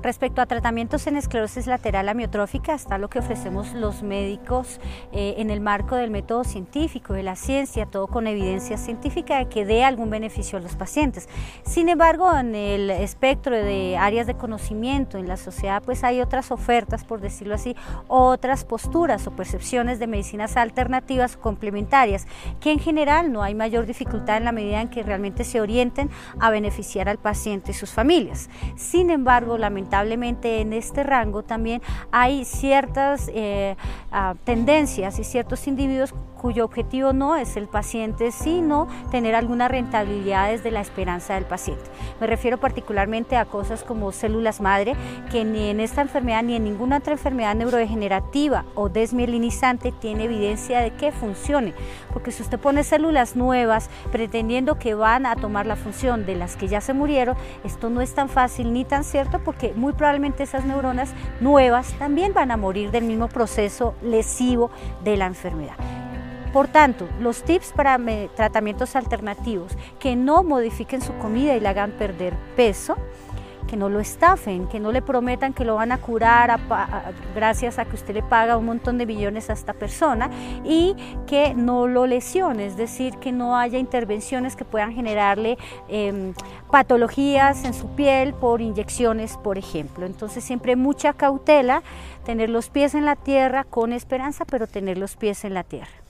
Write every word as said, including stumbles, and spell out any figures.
Respecto a tratamientos en esclerosis lateral amiotrófica, está lo que ofrecemos los médicos eh, en el marco del método científico, de la ciencia, todo con evidencia científica de que dé algún beneficio a los pacientes. Sin embargo, en el espectro de áreas de conocimiento en la sociedad, pues hay otras ofertas, por decirlo así, otras posturas o percepciones de medicinas alternativas o complementarias, que en general no hay mayor dificultad en la medida en que realmente se orienten a beneficiar al paciente y sus familias. Sin embargo, lamentablemente, Lamentablemente en este rango también hay ciertas eh, uh, tendencias y ciertos individuos cuyo objetivo no es el paciente, sino tener alguna rentabilidad desde la esperanza del paciente. Me refiero particularmente a cosas como células madre, que ni en esta enfermedad ni en ninguna otra enfermedad neurodegenerativa o desmielinizante tiene evidencia de que funcione, porque si usted pone células nuevas pretendiendo que van a tomar la función de las que ya se murieron, esto no es tan fácil ni tan cierto, porque muy probablemente esas neuronas nuevas también van a morir del mismo proceso lesivo de la enfermedad. Por tanto, los tips para tratamientos alternativos que no modifiquen su comida y le hagan perder peso, que no lo estafen, que no le prometan que lo van a curar a, a, gracias a que usted le paga un montón de millones a esta persona, y que no lo lesione, es decir, que no haya intervenciones que puedan generarle eh, patologías en su piel por inyecciones, por ejemplo. Entonces siempre mucha cautela, tener los pies en la tierra con esperanza, pero tener los pies en la tierra.